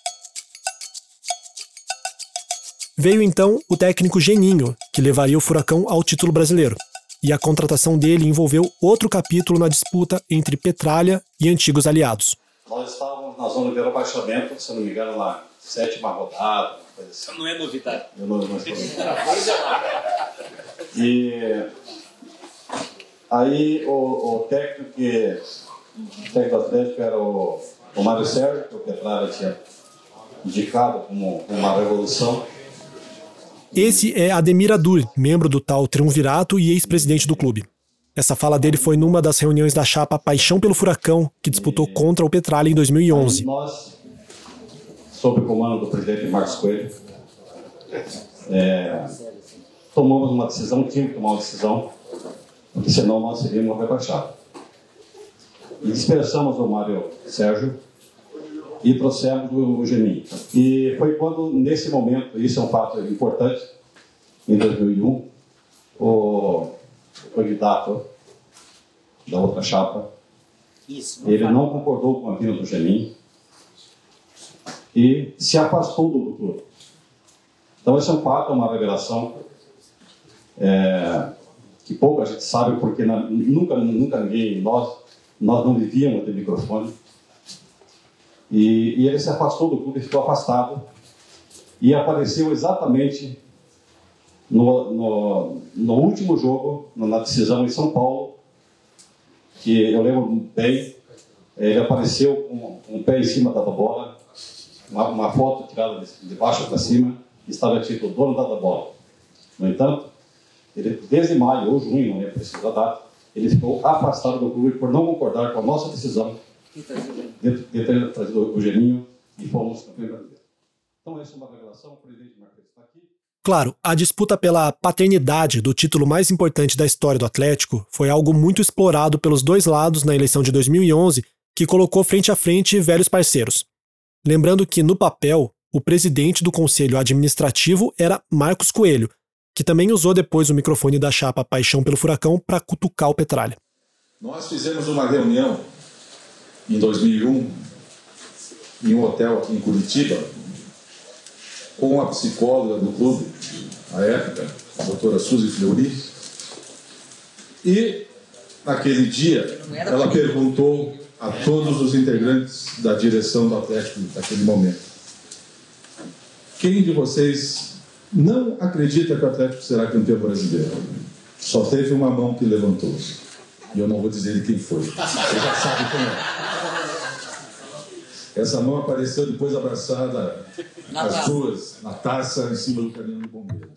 Veio então o técnico Geninho, que levaria o Furacão ao título brasileiro, e a contratação dele envolveu outro capítulo na disputa entre Petralha e antigos aliados. Nós estávamos na zona de rebaixamento, se não me engano, na 7ª rodada, Não é novidade. E aí o técnico do Atlético era o Mário Sérgio, que o Petralha tinha indicado como uma revolução. Esse é Ademir Adur, membro do tal Triunvirato e ex-presidente do clube. Essa fala dele foi numa das reuniões da chapa Paixão pelo Furacão, que disputou contra o Petralha em 2011. Nós, sob o comando do presidente Marcos Coelho, tomamos uma decisão, tínhamos que tomar uma decisão, porque senão nós seríamos rebaixados. E dispersamos o Mário Sérgio e trouxemos o Geninho. E foi quando, nesse momento, isso é um fato importante, em 2001, o candidato da outra chapa, ele não concordou com a vinda do Geninho e se afastou do clube. Então esse é um fato, é uma revelação que pouca gente sabe, porque nunca ninguém, nós não vivíamos de microfone. E ele se afastou do clube, ficou afastado e apareceu exatamente no último jogo, na decisão em São Paulo, que eu lembro bem, ele apareceu com o pé em cima da bola, uma foto tirada de baixo para cima, e estava escrito dono da bola. No entanto, ele, desde maio ou junho, não é preciso a data, ele ficou afastado do clube por não concordar com a nossa decisão de ter trazido o Geninho e fomos campeões brasileiros. Então essa é uma revelação, o presidente Marcos está aqui. Claro, a disputa pela paternidade do título mais importante da história do Atlético foi algo muito explorado pelos dois lados na eleição de 2011, que colocou frente a frente velhos parceiros. Lembrando que, no papel, o presidente do Conselho Administrativo era Marcos Coelho, que também usou depois o microfone da chapa Paixão pelo Furacão para cutucar o Petralha. Nós fizemos uma reunião em 2001, em um hotel aqui em Curitiba, com a psicóloga do clube, à época, a doutora Suzy Fleury, e naquele dia ela perguntou a todos os integrantes da direção do Atlético naquele momento: quem de vocês não acredita que o Atlético será campeão brasileiro? Só teve uma mão que levantou, e eu não vou dizer de quem foi, você já sabe quem é. Essa mão apareceu depois abraçada, as duas, na taça, em cima do caminhão de bombeiros.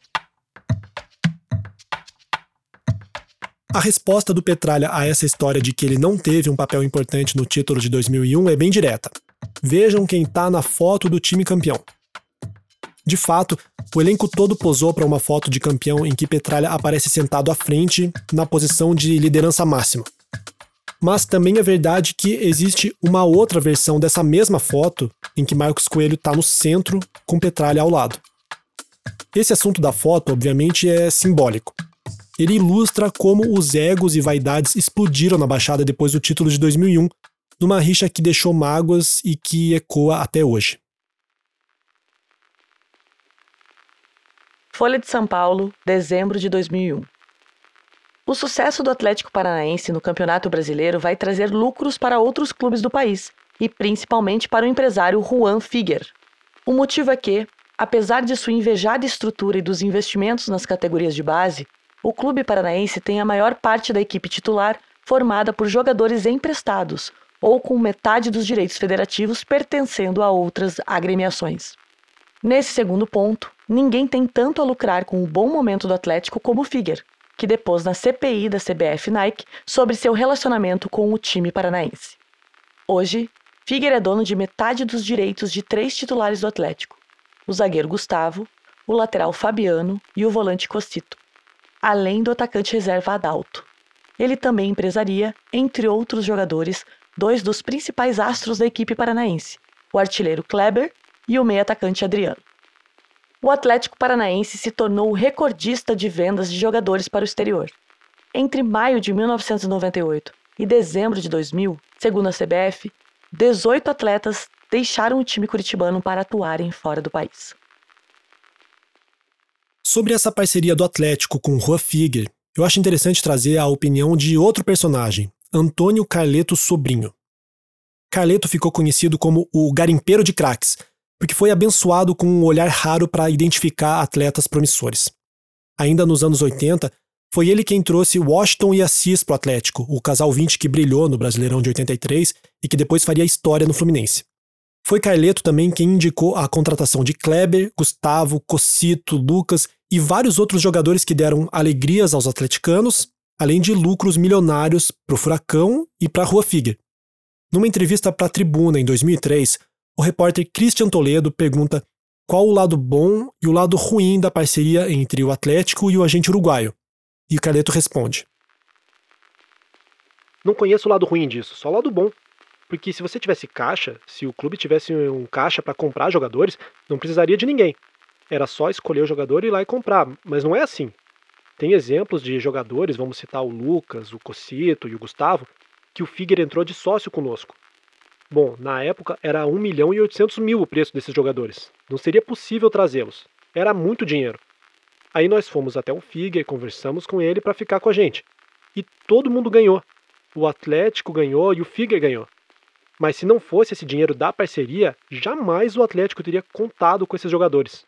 A resposta do Petralha a essa história de que ele não teve um papel importante no título de 2001 é bem direta. Vejam quem tá na foto do time campeão. De fato, o elenco todo posou para uma foto de campeão em que Petralha aparece sentado à frente, na posição de liderança máxima. Mas também é verdade que existe uma outra versão dessa mesma foto, em que Marcos Coelho está no centro, com Petralha ao lado. Esse assunto da foto, obviamente, é simbólico. Ele ilustra como os egos e vaidades explodiram na Baixada depois do título de 2001, numa rixa que deixou mágoas e que ecoa até hoje. Folha de São Paulo, dezembro de 2001. O sucesso do Atlético Paranaense no Campeonato Brasileiro vai trazer lucros para outros clubes do país, e principalmente para o empresário Juan Figuer. O motivo é que, apesar de sua invejada estrutura e dos investimentos nas categorias de base, o clube paranaense tem a maior parte da equipe titular formada por jogadores emprestados, ou com metade dos direitos federativos pertencendo a outras agremiações. Nesse segundo ponto, ninguém tem tanto a lucrar com o bom momento do Atlético como Figuer, que depôs na CPI da CBF Nike sobre seu relacionamento com o time paranaense. Hoje, Figuer é dono de metade dos direitos de 3 titulares do Atlético: o zagueiro Gustavo, o lateral Fabiano e o volante Costito, além do atacante reserva Adalto. Ele também empresaria, entre outros jogadores, 2 dos principais astros da equipe paranaense, o artilheiro Kleber e o meio-atacante Adriano. O Atlético Paranaense se tornou o recordista de vendas de jogadores para o exterior. Entre maio de 1998 e dezembro de 2000, segundo a CBF, 18 atletas deixaram o time curitibano para atuarem fora do país. Sobre essa parceria do Atlético com Juan Figuer, eu acho interessante trazer a opinião de outro personagem, Antônio Carleto Sobrinho. Carleto ficou conhecido como o garimpeiro de craques, porque foi abençoado com um olhar raro para identificar atletas promissores. Ainda nos anos 80, foi ele quem trouxe Washington e Assis para o Atlético, o casal 20 que brilhou no Brasileirão de 83 e que depois faria história no Fluminense. Foi Carleto também quem indicou a contratação de Kleber, Gustavo, Cocito, Lucas e vários outros jogadores que deram alegrias aos atleticanos, além de lucros milionários para o Furacão e para a Rua Figuer. Numa entrevista para a Tribuna em 2003, o repórter Christian Toledo pergunta qual o lado bom e o lado ruim da parceria entre o Atlético e o agente uruguaio. E o Carleto responde: não conheço o lado ruim disso, só o lado bom. Porque se você tivesse caixa, se o clube tivesse um caixa para comprar jogadores, não precisaria de ninguém. Era só escolher o jogador e ir lá e comprar, mas não é assim. Tem exemplos de jogadores, vamos citar o Lucas, o Cocito e o Gustavo, que o Figuer entrou de sócio conosco. Bom, na época era 1.800.000 o preço desses jogadores. Não seria possível trazê-los. Era muito dinheiro. Aí nós fomos até o Figuer, conversamos com ele para ficar com a gente. E todo mundo ganhou. O Atlético ganhou e o Figuer ganhou. Mas se não fosse esse dinheiro da parceria, jamais o Atlético teria contado com esses jogadores.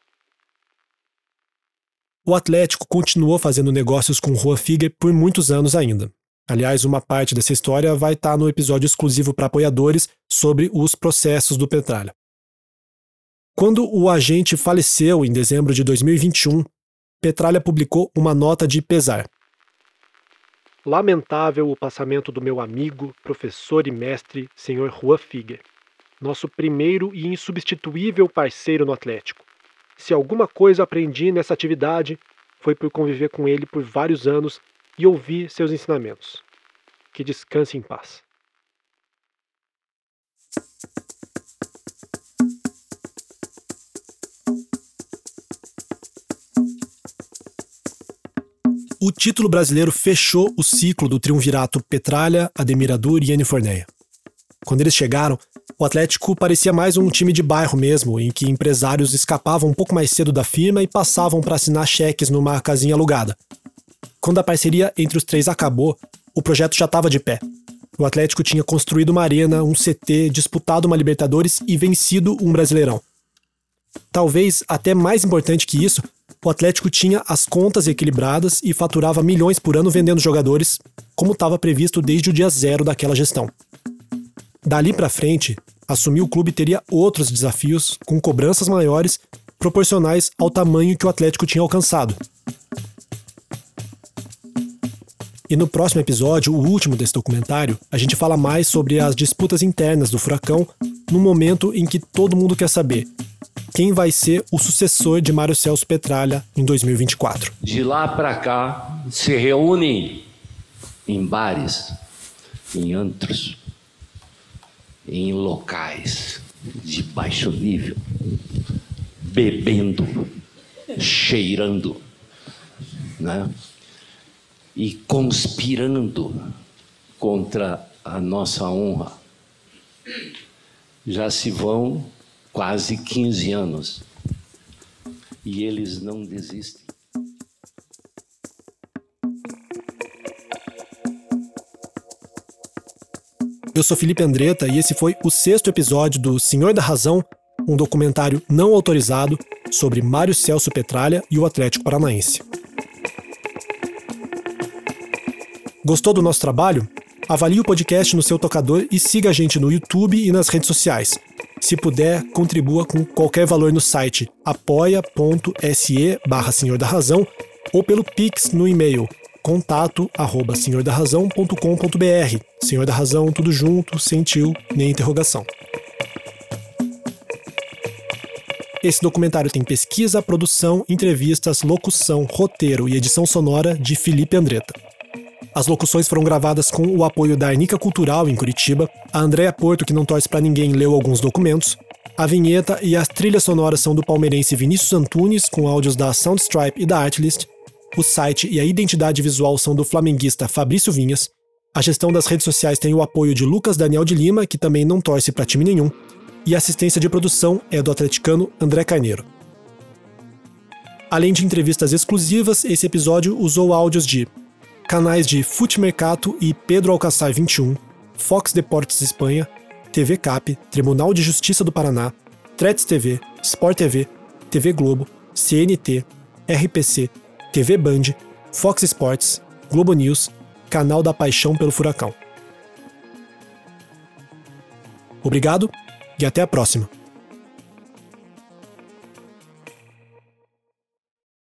O Atlético continuou fazendo negócios com Rua Figuer por muitos anos ainda. Aliás, uma parte dessa história vai estar no episódio exclusivo para apoiadores sobre os processos do Petralha. Quando o agente faleceu em dezembro de 2021, Petralha publicou uma nota de pesar. Lamentável o passamento do meu amigo, professor e mestre, Sr. Rua Figuer, nosso primeiro e insubstituível parceiro no Atlético. Se alguma coisa aprendi nessa atividade, foi por conviver com ele por vários anos e ouvir seus ensinamentos. Que descanse em paz. O título brasileiro fechou o ciclo do triunvirato Petralha, Ademir Adur e Eni Forneia. Quando eles chegaram, o Atlético parecia mais um time de bairro mesmo, em que empresários escapavam um pouco mais cedo da firma e passavam para assinar cheques numa casinha alugada. Quando a parceria entre os três acabou, o projeto já estava de pé. O Atlético tinha construído uma arena, um CT, disputado uma Libertadores e vencido um Brasileirão. Talvez até mais importante que isso, o Atlético tinha as contas equilibradas e faturava milhões por ano vendendo jogadores, como estava previsto desde o dia zero daquela gestão. Dali para frente, assumir o clube teria outros desafios, com cobranças maiores, proporcionais ao tamanho que o Atlético tinha alcançado. E no próximo episódio, o último desse documentário, a gente fala mais sobre as disputas internas do Furacão, no momento em que todo mundo quer saber quem vai ser o sucessor de Mário Celso Petralha em 2024. De lá para cá, se reúnem em bares, em antros, em locais de baixo nível, bebendo, cheirando, né? E conspirando contra a nossa honra. Já se vão quase 15 anos e eles não desistem. Eu sou Felipe Andretta e esse foi o 6º episódio do Senhor da Razão, um documentário não autorizado sobre Mário Celso Petralha e o Atlético Paranaense. Gostou do nosso trabalho? Avalie o podcast no seu tocador e siga a gente no YouTube e nas redes sociais. Se puder, contribua com qualquer valor no site apoia.se/Senhor da Razão ou pelo Pix no e-mail contato@senhordarrazão.com.br. Senhor da Razão, tudo junto, sem tio, nem interrogação. Esse documentário tem pesquisa, produção, entrevistas, locução, roteiro e edição sonora de Felipe Andretta. As locuções foram gravadas com o apoio da Arnica Cultural, em Curitiba. A Andréa Porto, que não torce pra ninguém, leu alguns documentos. A vinheta e as trilhas sonoras são do palmeirense Vinícius Antunes, com áudios da Soundstripe e da Artlist. O site e a identidade visual são do flamenguista Fabrício Vinhas. A gestão das redes sociais tem o apoio de Lucas Daniel de Lima, que também não torce pra time nenhum. E a assistência de produção é do atleticano André Carneiro. Além de entrevistas exclusivas, esse episódio usou áudios de canais de Futimercato e Pedro Alcaçar 21, Fox Deportes Espanha, TV Cap, Tribunal de Justiça do Paraná, Threads TV, Sport TV, TV Globo, CNT, RPC, TV Band, Fox Sports, Globo News, Canal da Paixão pelo Furacão. Obrigado e até a próxima.